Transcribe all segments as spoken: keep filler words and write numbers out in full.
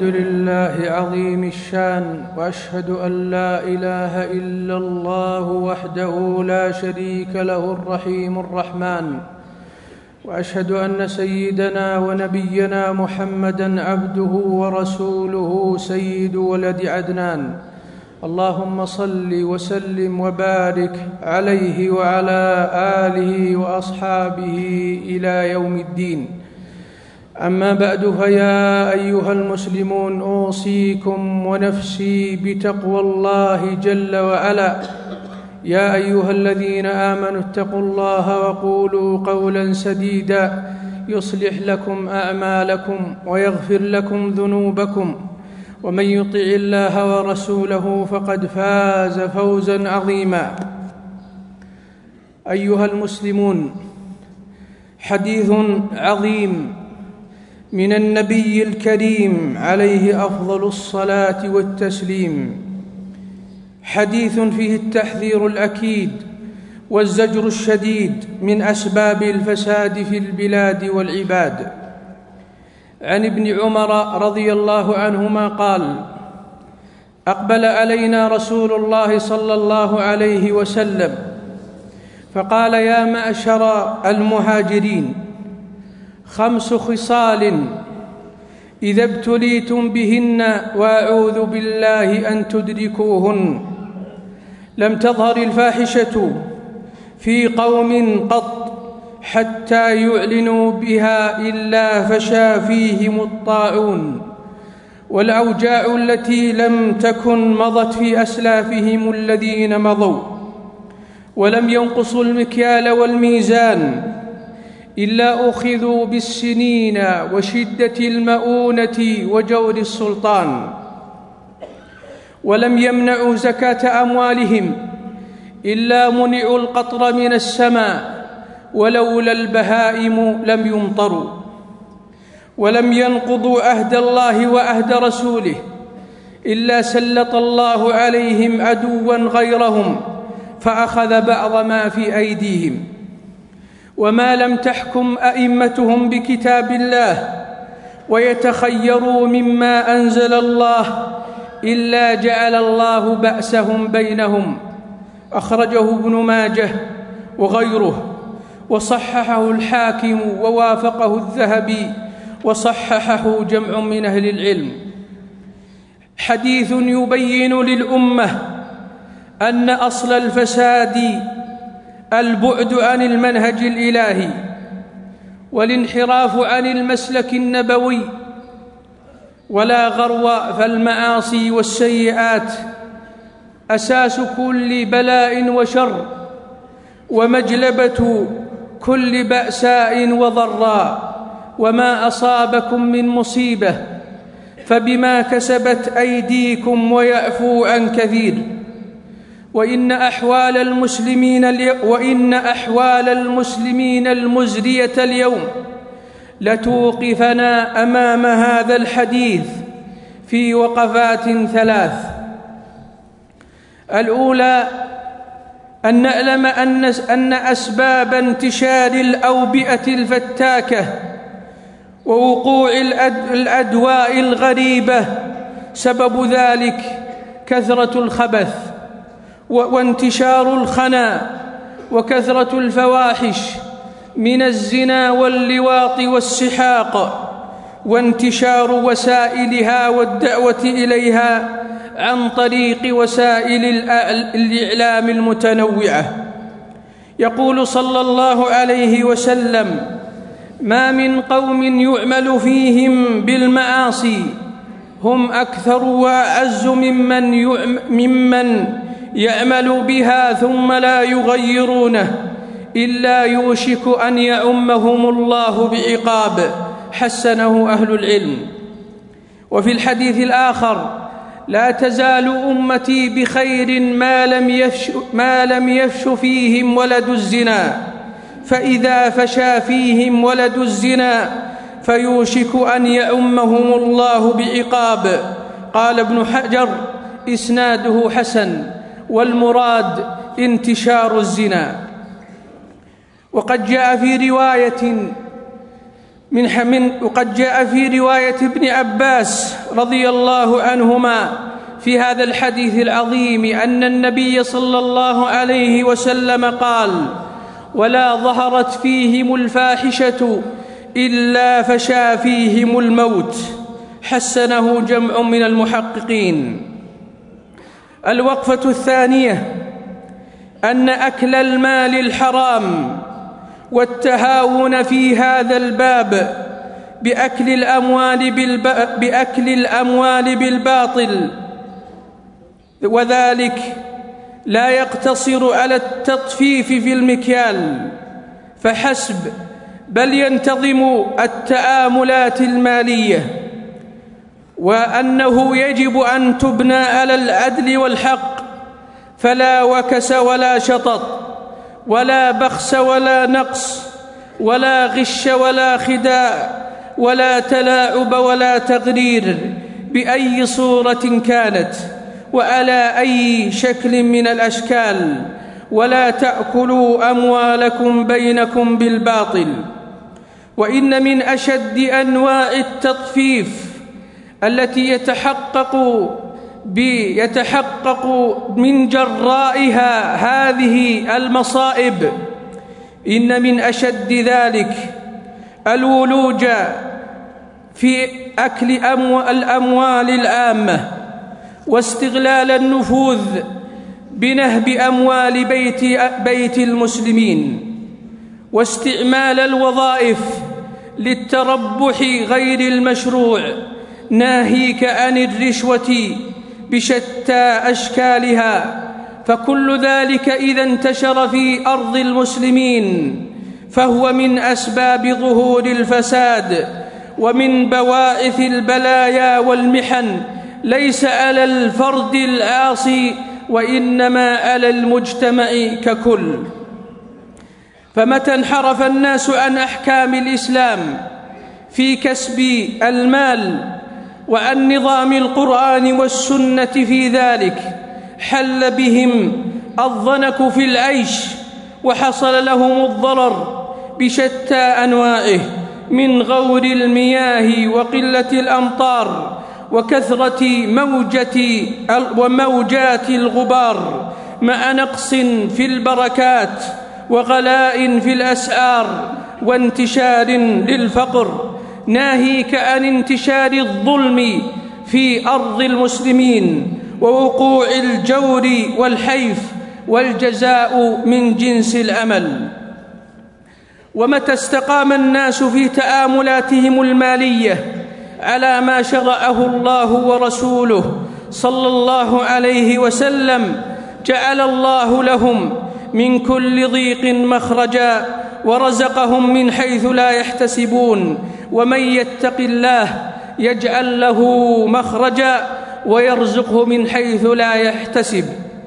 الحمد لله عظيم الشان، وأشهد أن لا إله إلا الله وحده لا شريك له الرحيم الرحمن، وأشهد أن سيدنا ونبينا محمدًا عبده ورسوله سيد ولد عدنان. اللهم صل وسلم وبارك عليه وعلى آله وأصحابه إلى يوم الدين. أما بعد، فيا أيها المسلمون، أوصيكم ونفسي بتقوى الله جل وعلا. يا أيها الذين آمنوا اتقوا الله وقولوا قولا سديدا يصلح لكم أعمالكم ويغفر لكم ذنوبكم، ومن يطع الله ورسوله فقد فاز فوزا عظيما. أيها المسلمون، حديث عظيم من النبي الكريم عليه أفضل الصلاة والتسليم، حديث فيه التحذير الأكيد والزجر الشديد من أسباب الفساد في البلاد والعباد. عن ابن عمر رضي الله عنهما قال: أقبل علينا رسول الله صلى الله عليه وسلم فقال: يا معشر المهاجرين، خمس خصال إذا ابتليتم بهن وأعوذ بالله أن تدركوهن لم تظهر الفاحشة في قوم قط حتى يعلنوا بها إلا فشى فيهم الطاعون والأوجاع التي لم تكن مضت في أسلافهم الذين مضوا، ولم ينقصوا المكيال والميزان إلا أخذوا بالسنين وشدة المؤونة وجور السلطان، ولم يمنعوا زكاة أموالهم إلا منعوا القطر من السماء، ولولا البهائم لم يمطروا، ولم ينقضوا عهد الله وعهد رسوله إلا سلط الله عليهم عدوا غيرهم فأخذ بعض ما في أيديهم، وما لم تحكم أئمتهم بكتاب الله ويتخيروا مما أنزل الله إلا جعل الله بأسهم بينهم. أخرجه ابن ماجه وغيره، وصححه الحاكم ووافقه الذهبي، وصححه جمع من أهل العلم. حديث يبين للأمة أن أصل الفساد البعد عن المنهج الإلهي والانحراف عن المسلك النبوي، ولا غرو، فالمعاصي والسيئات أساس كل بلاء وشر ومجلبة كل بأساء وضراء، وما أصابكم من مصيبة فبما كسبت أيديكم ويعفو عن كثير. وإن أحوال المسلمين وإن أحوال المسلمين المزرية اليوم لتوقفنا أمام هذا الحديث في وقفات ثلاث. الأولى أن نعلم أن أسباب انتشار الأوبئة الفتاكة ووقوع الأدواء الغريبة سبب ذلك كثرة الخبث وانتشار الخنا وكثرة الفواحش من الزنا واللواط والسحاق، وانتشار وسائلها والدعوة إليها عن طريق وسائل الإعلام المتنوعة. يقول صلى الله عليه وسلم: ما من قوم يعمل فيهم بالمعاصي هم أكثر وأعز ممن, ممن يعمل بها ثم لا يغيرونه إلا يوشك أن يعمهم الله بعقاب. حسنه أهل العلم. وفي الحديث الآخر: لا تزال أمتي بخير ما لم يفش, ما لم يفش فيهم ولد الزنا، فإذا فشى فيهم ولد الزنا فيوشك أن يعمهم الله بعقاب. قال ابن حجر: إسناده حسن، والمراد انتشار الزنا. وقد جاء في رواية: من من وقد جاء في رواية ابن عباس رضي الله عنهما في هذا الحديث العظيم أن النبي صلى الله عليه وسلم قال: ولا ظهرت فيهم الفاحشة إلا فشا فيهم الموت. حسنه جمع من المحققين. الوقفة الثانية أن أكل المال الحرام والتهاون في هذا الباب بأكل الأموال, بالب... بأكل الأموال بالباطل، وذلك لا يقتصر على التطفيف في المكيال فحسب، بل ينتظم التعاملات المالية، وأنه يجب أن تبنى على العدل والحق، فلا وكس ولا شطط ولا بخس ولا نقص ولا غش ولا خداع ولا تلاعب ولا تغرير بأي صورة كانت وعلى أي شكل من الأشكال، ولا تأكلوا أموالكم بينكم بالباطل. وإن من أشد أنواع التطفيف التي يتحقق يتحقق من جرائها هذه المصائب، إن من أشد ذلك الولوج في أكل الأموال العامة واستغلال النفوذ بنهب أموال بيت, بيت المسلمين، واستعمال الوظائف للتربح غير المشروع، ناهيك عن الرشوة بشتى أشكالها. فكل ذلك إذا انتشر في أرض المسلمين فهو من أسباب ظهور الفساد ومن بواعث البلايا والمحن، ليس على الفرد العاصي وإنما على المجتمع ككل. فمتى انحرف الناس عن أحكام الإسلام في كسب المال وعن نظام القرآن والسنة في ذلك، حل بهم الضنك في العيش، وحصل لهم الضرر بشتى أنواعه، من غور المياه وقلة الأمطار وكثرة موجة وموجات الغبار، مع نقص في البركات وغلاء في الأسعار وانتشار للفقر، ناهيك عن انتشار الظلم في أرض المسلمين ووقوع الجور والحيف، والجزاء من جنس العمل. ومتى استقام الناس في تعاملاتهم المالية على ما شرعه الله ورسوله صلى الله عليه وسلم، جعل الله لهم من كل ضيق مخرجا، ورزقهم من حيث لا يحتسبون. ومن يتق الله يجعل له مخرجا ويرزقه من حيث لا يحتسب.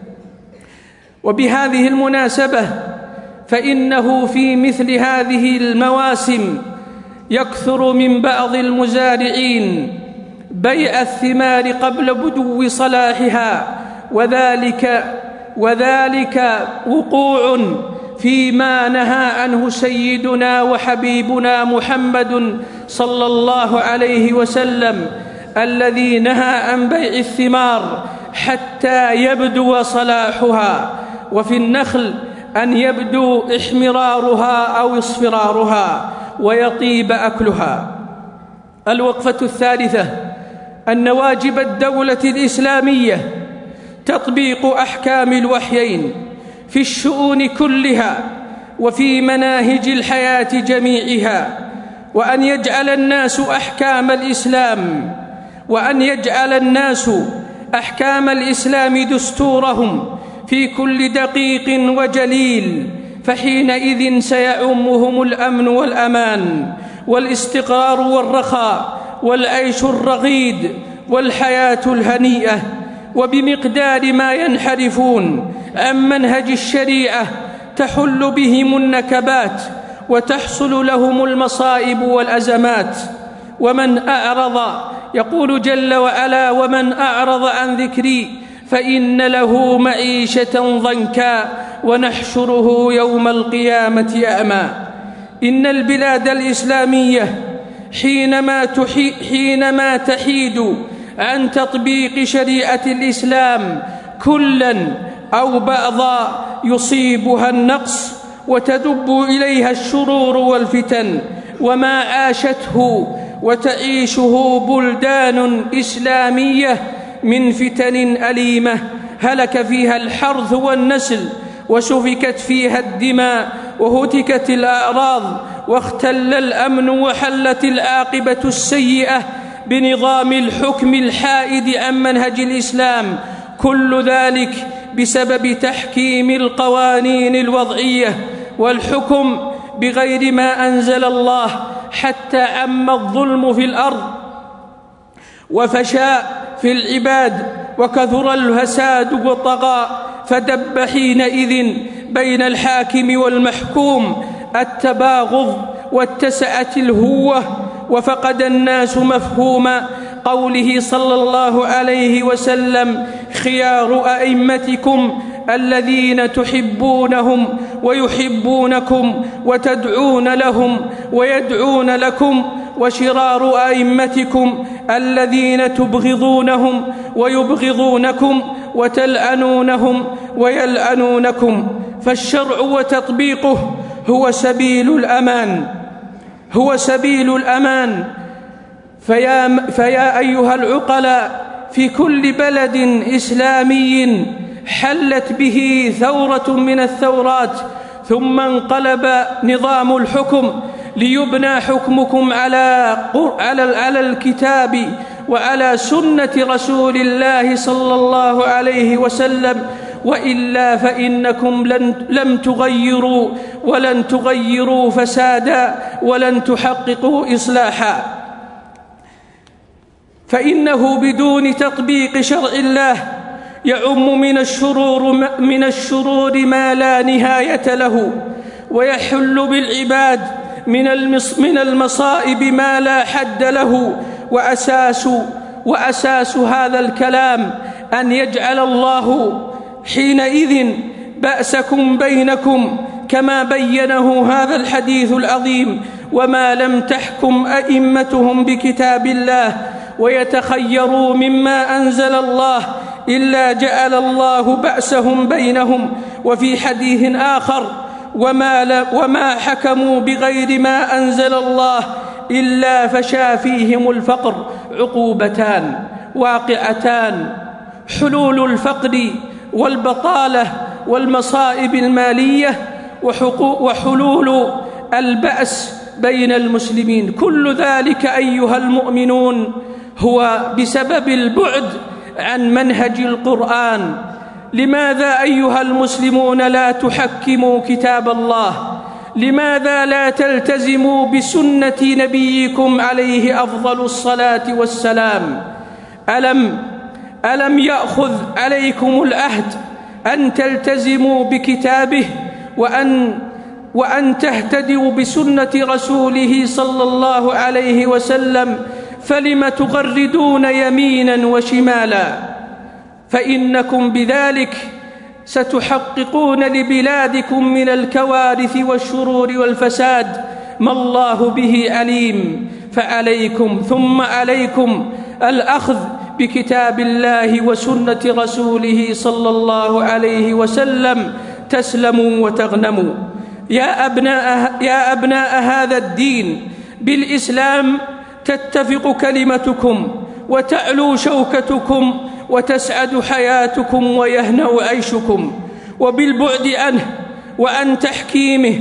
وبهذه المناسبة فإنه في مثل هذه المواسم يكثر من بعض المزارعين بيع الثمار قبل بدو صلاحها، وذلك وذلك وقوع فيما نهى عنه سيدنا وحبيبنا محمد صلى الله عليه وسلم، الذي نهى عن بيع الثمار حتى يبدو صلاحها، وفي النخل أن يبدو احمرارها أو اصفرارها ويطيب أكلها. الوقفة الثالثة أن واجب الدولة الإسلامية تطبيق أحكام الوحيين في الشؤون كلها وفي مناهج الحياة جميعها، وأن يجعل الناس أحكام الإسلام وأن يجعل الناس أحكام الإسلام دستورهم في كل دقيق وجليل، فحينئذ سيعمهم الأمن والأمان والاستقرار والرخاء والعيش الرغيد والحياة الهنيئة. وبمقدار ما ينحرفون عن منهج الشريعة تحل بهم النكبات وتحصل لهم المصائب والأزمات. ومن أعرض، يقول جل وعلا: ومن أعرض عن ذكري فإن له معيشة ضنكا ونحشره يوم القيامة أعمى. إن البلاد الإسلامية حينما, حينما تحيد عن تطبيق شريعة الإسلام كلا أو بعضا يصيبها النقص وتدب إليها الشرور والفتن وما عاشته وتعيشه بلدان إسلامية من فتن أليمة هلك فيها الحرث والنسل وسفكت فيها الدماء وهتكت الأعراض واختل الأمن وحلت العاقبة السيئة بنظام الحكم الحائد عن منهج الإسلام، كل ذلك بسبب تحكيم القوانين الوضعية والحكم بغير ما أنزل الله، حتى عم الظلم في الأرض وفشى في العباد وكثر الفساد والطغاء، فدب حينئذ بين الحاكم والمحكوم التباغض واتسعت الهوة، وفقد الناس مفهوم قوله صلى الله عليه وسلم: خيار أئمتكم الذين تحبونهم ويحبونكم وتدعون لهم ويدعون لكم، وشرار أئمتكم الذين تبغضونهم ويبغضونكم وتلعنونهم ويلعنونكم. فالشرع وتطبيقه هو سبيل الأمان هو سبيل الأمان فيا, فيا أيها العقلاء، في كل بلد إسلامي حلت به ثورة من الثورات ثم انقلب نظام الحكم ليبنى حكمكم على, على, على الكتاب وعلى سنة رسول الله صلى الله عليه وسلم، وإلا فإنكم لن لم تغيروا ولن تغيروا فسادا ولن تحققوا إصلاحا، فإنه بدون تطبيق شرع الله يعم من الشرور من الشرور ما لا نهاية له، ويحل بالعباد من من المصائب ما لا حد له. وأساس وأساس هذا الكلام أن يجعل الله حينئذ بأسكم بينكم كما بينه هذا الحديث العظيم: وما لم تحكم أئمتهم بكتاب الله ويتخيروا مما أنزل الله إلا جعل الله بأسهم بينهم. وفي حديث آخر: وما, وما حكموا بغير ما أنزل الله إلا فشى فيهم الفقر. عقوبتان واقعتان: حلول الفقر والبطالة والمصائب المالية، وحلول البأس بين المسلمين. كل ذلك أيها المؤمنون هو بسبب البعد عن منهج القرآن. لماذا أيها المسلمون لا تحكموا كتاب الله؟ لماذا لا تلتزموا بسنة نبيكم عليه أفضل الصلاة والسلام؟ ألم ألم يأخذ عليكم العهد أن تلتزموا بكتابه وأن وأن تهتدوا بسنة رسوله صلى الله عليه وسلم؟ فلم تغردون يمينا وشمالا؟ فإنكم بذلك ستحققون لبلادكم من الكوارث والشرور والفساد ما الله به عليم. فعليكم ثم عليكم الأخذ بكتاب الله وسنة رسوله صلى الله عليه وسلم تسلموا وتغنموا. يا أبناء, يا أبناء هذا الدين، بالإسلام تتفق كلمتكم وتعلو شوكتكم وتسعد حياتكم ويهنأ عيشكم، وبالبعد عنه وعن تحكيمه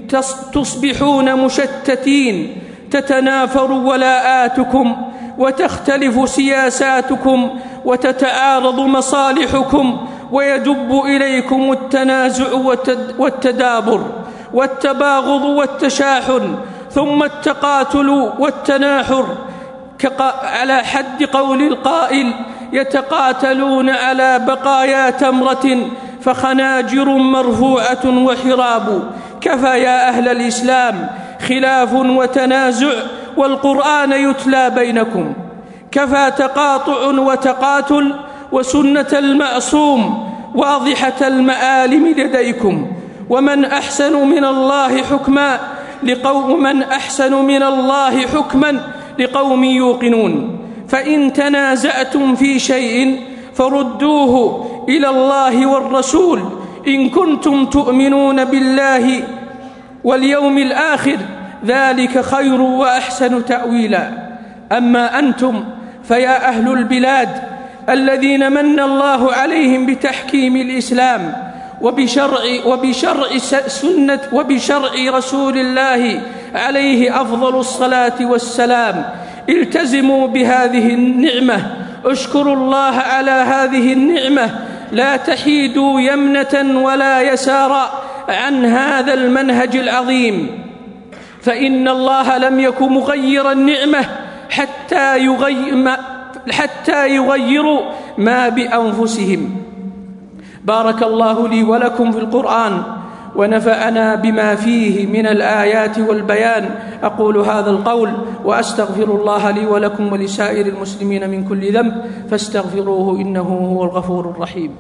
تصبحون مشتتين، تتنافر ولاءاتكم وتختلف سياساتكم وتتعارض مصالحكم، ويدب إليكم التنازع والتدابر والتباغض والتشاحن، ثم التقاتل والتناحر، على حد قول القائل: يتقاتلون على بقايا تمرة فخناجر مرفوعة وحراب. كفى يا أهل الإسلام خلاف وتنازع والقرآن يتلى بينكم، كفى تقاطع وتقاتل وسنة المعصوم واضحة المآلم لديكم. ومن أحسن من الله حكما لقوم من أحسن من الله حكما لقوم يوقنون. فإن تنازعتم في شيء فردوه إلى الله والرسول إن كنتم تؤمنون بالله واليوم الآخر، ذلك خير وأحسن تأويلا. أما أنتم فيا أهل البلاد الذين من الله عليهم بتحكيم الإسلام وبشرع, وبشرع سنة وبشرع رسول الله عليه أفضل الصلاة والسلام، التزموا بهذه النعمة، اشكروا الله على هذه النعمة، لا تحيدوا يمنة ولا يسارا عن هذا المنهج العظيم، فإن الله لم يكن مغيرا نعمة حتى يغير حتى يغيروا ما بأنفسهم. بارك الله لي ولكم في القرآن ونفعنا بما فيه من الآيات والبيان. أقول هذا القول وأستغفر الله لي ولكم ولسائر المسلمين من كل ذنب فاستغفروه إنه هو الغفور الرحيم.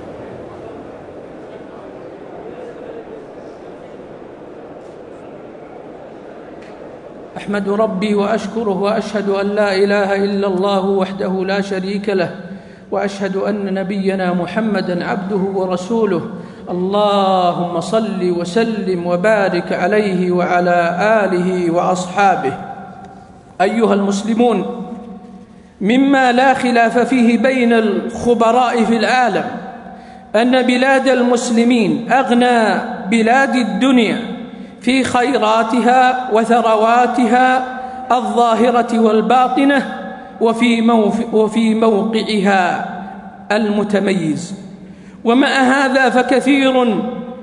أحمد ربي وأشكره وأشهد أن لا إله إلا الله وحده لا شريك له، وأشهد أن نبينا محمدًا عبده ورسوله. اللهم صل وسلم وبارك عليه وعلى آله وأصحابه. أيها المسلمون، مما لا خلاف فيه بين الخبراء في العالم أن بلاد المسلمين أغنى بلاد الدنيا في خيراتها وثرواتها الظاهرة والباطنة وفي, وفي موقعها المتميز. ومع هذا فكثير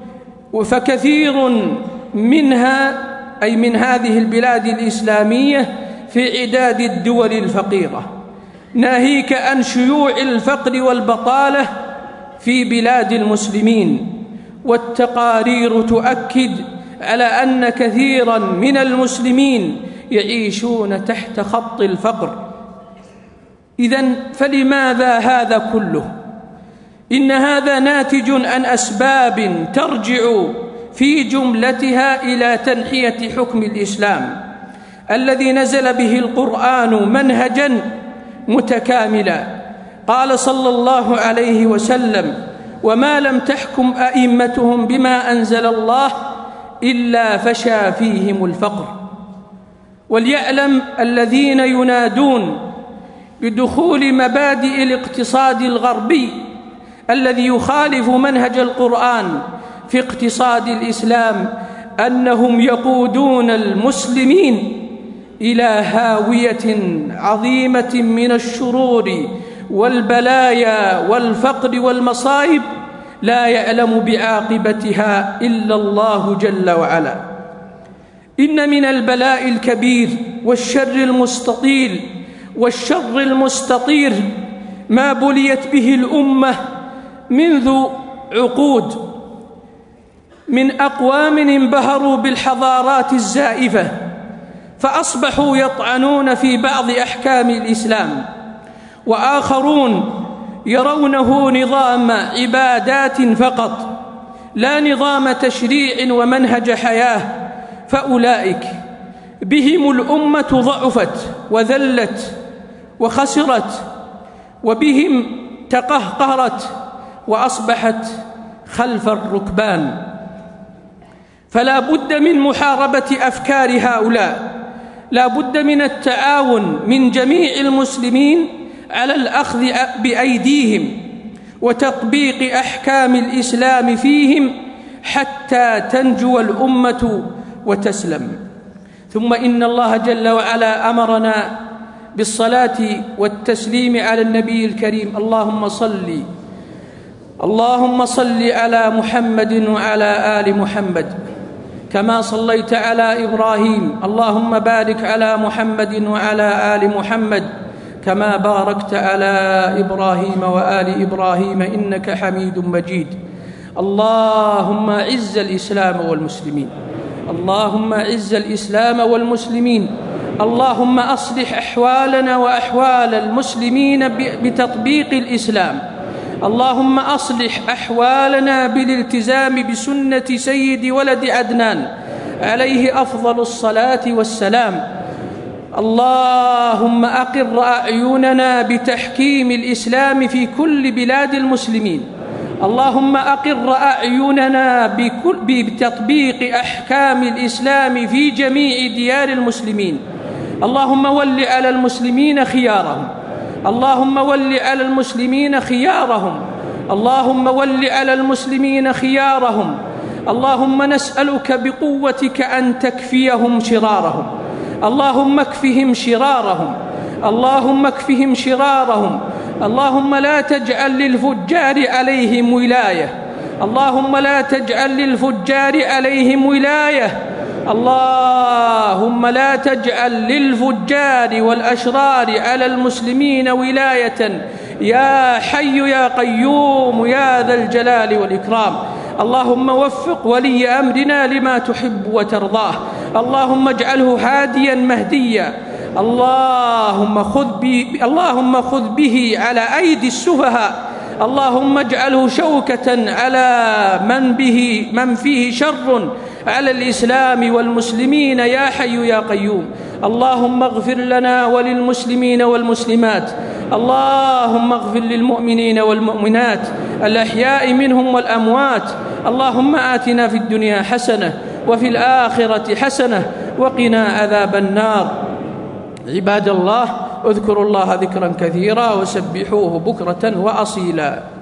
فكثير منها أي من هذه البلاد الإسلامية في عداد الدول الفقيرة، ناهيك عن شيوع الفقر والبطالة في بلاد المسلمين. والتقارير تؤكد على أن كثيرا من المسلمين يعيشون تحت خط الفقر. إذن فلماذا هذا كله؟ إن هذا ناتج عن أسباب ترجع في جملتها إلى تنحية حكم الإسلام الذي نزل به القرآن منهجا متكاملا. قال صلى الله عليه وسلم: وما لم تحكم أئمتهم بما أنزل الله إلا فشى فيهم الفقر. وليعلم الذين ينادون بدخول مبادئ الاقتصاد الغربي الذي يخالف منهج القرآن في اقتصاد الإسلام أنهم يقودون المسلمين إلى هاوية عظيمة من الشرور والبلايا والفقر والمصائب لا يعلم بعاقبتها إلا الله جل وعلا. إن من البلاء الكبير والشر المستطيل والشر المستطير ما بليت به الأمة منذ عقود من أقوام انبهروا بالحضارات الزائفة فأصبحوا يطعنون في بعض أحكام الإسلام، وآخرون يرونه نظام عبادات فقط لا نظام تشريع ومنهج حياة. فأولئك بهم الأمة ضعفت وذلت وخسرت، وبهم تقهقرت وأصبحت خلف الركبان. فلا بد من محاربة أفكار هؤلاء، لا بد من التعاون من جميع المسلمين على الأخذ بأيديهم وتطبيق أحكام الإسلام فيهم حتى تنجو الأمة وتسلم. ثم إن الله جل وعلا أمرنا بالصلاة والتسليم على النبي الكريم. اللهم صل اللهم صل على محمد وعلى آل محمد كما صليت على إبراهيم. اللهم بارك على محمد وعلى آل محمد كما باركت على إبراهيم وآل إبراهيم إنك حميد مجيد. اللهم أعز الإسلام والمسلمين، اللهم أعز الإسلام والمسلمين، اللهم أصلح أحوالنا وأحوال المسلمين بتطبيق الإسلام، اللهم أصلح أحوالنا بالالتزام بسنة سيد ولد عدنان عليه أفضل الصلاة والسلام. اللهم أقر أعيننا بتحكيم الإسلام في كل بلاد المسلمين. اللهم أقر أعيننا بتطبيق أحكام الإسلام في جميع ديار المسلمين. اللهم ول على المسلمين خيارهم. اللهم ول على المسلمين خيارهم. اللهم ول على المسلمين خيارهم. اللهم نسألك بقوتك أن تكفيهم شرارهم. اللهم اكفهم شرارهم. اللهم اكفهم شرارهم. اللهم لا تجعل للفجار عليهم ولاية. اللهم لا تجعل للفجار عليهم ولاية. اللهم لا تجعل للفجار والأشرار على المسلمين ولاية يا حي يا قيوم يا ذا الجلال والإكرام. اللهم وفق ولي أمرنا لما تحب وترضاه. اللهم اجعله هاديا مهديا. اللهم خذ به اللهم خذ به على أيدي السفهاء. اللهم اجعله شوكة على من به من فيه شر على الإسلام والمسلمين يا حي يا قيوم. اللهم اغفر لنا وللمسلمين والمسلمات. اللهم اغفر للمؤمنين والمؤمنات الأحياء منهم والأموات. اللهم آتنا في الدنيا حسنة وفي الآخرة حسنة وقنا عذاب النار. عباد الله، اذكروا الله ذكرا كثيرا وسبحوه بكرة وأصيلا.